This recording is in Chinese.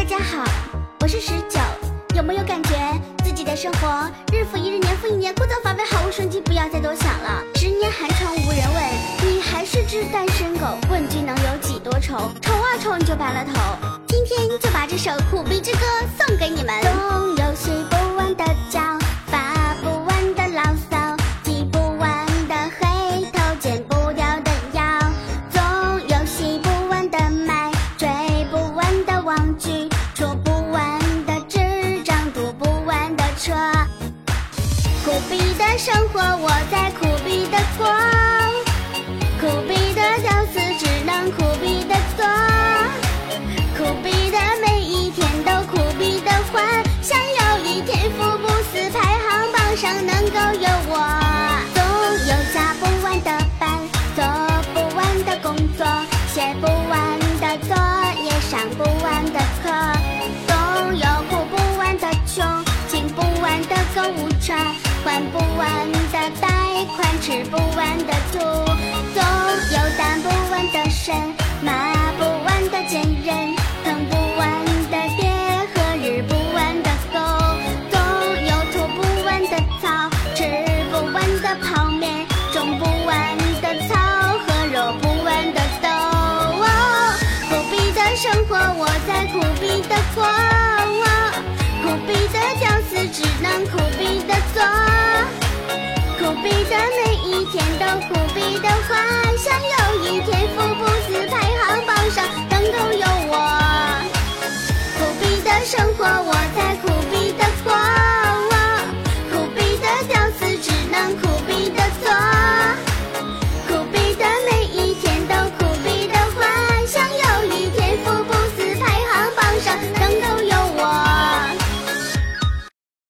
家好，我是19。有没有感觉自己的生活日复一日，年复一年，枯燥乏味，毫无生机？不要再多想了。10年寒窗无人问，你还是只单身狗。问君能有几多愁？愁啊愁，你就白了头。今天就把这首苦逼之歌送给你们。总有洗不完的脚，发不完的牢骚，记不完的黑头，剪不掉的腰，总有洗不完的麦，追不完的网剧，出不完的智障，堵不完的车。苦逼的生活，我在苦逼的过，苦逼的屌丝只能苦逼的做，苦逼的每一天都苦逼的活，想有一天福布斯排行榜上能够有我。总有加不完的班，做不完的工作，写不完的作业，上不完的课，总有哭不完的穷，进不完的购物车，还不完的贷款，吃不完的土，总有担不完的身，骂不完的贱人，疼不完的爹和日不完的狗，总有吐不完的草，吃不完的泡面，种不完的草和揉不完的豆。苦逼的生活，我在苦逼的过，苦逼的屌丝只能苦逼的做，苦逼的每一天都苦逼的活，想有一天福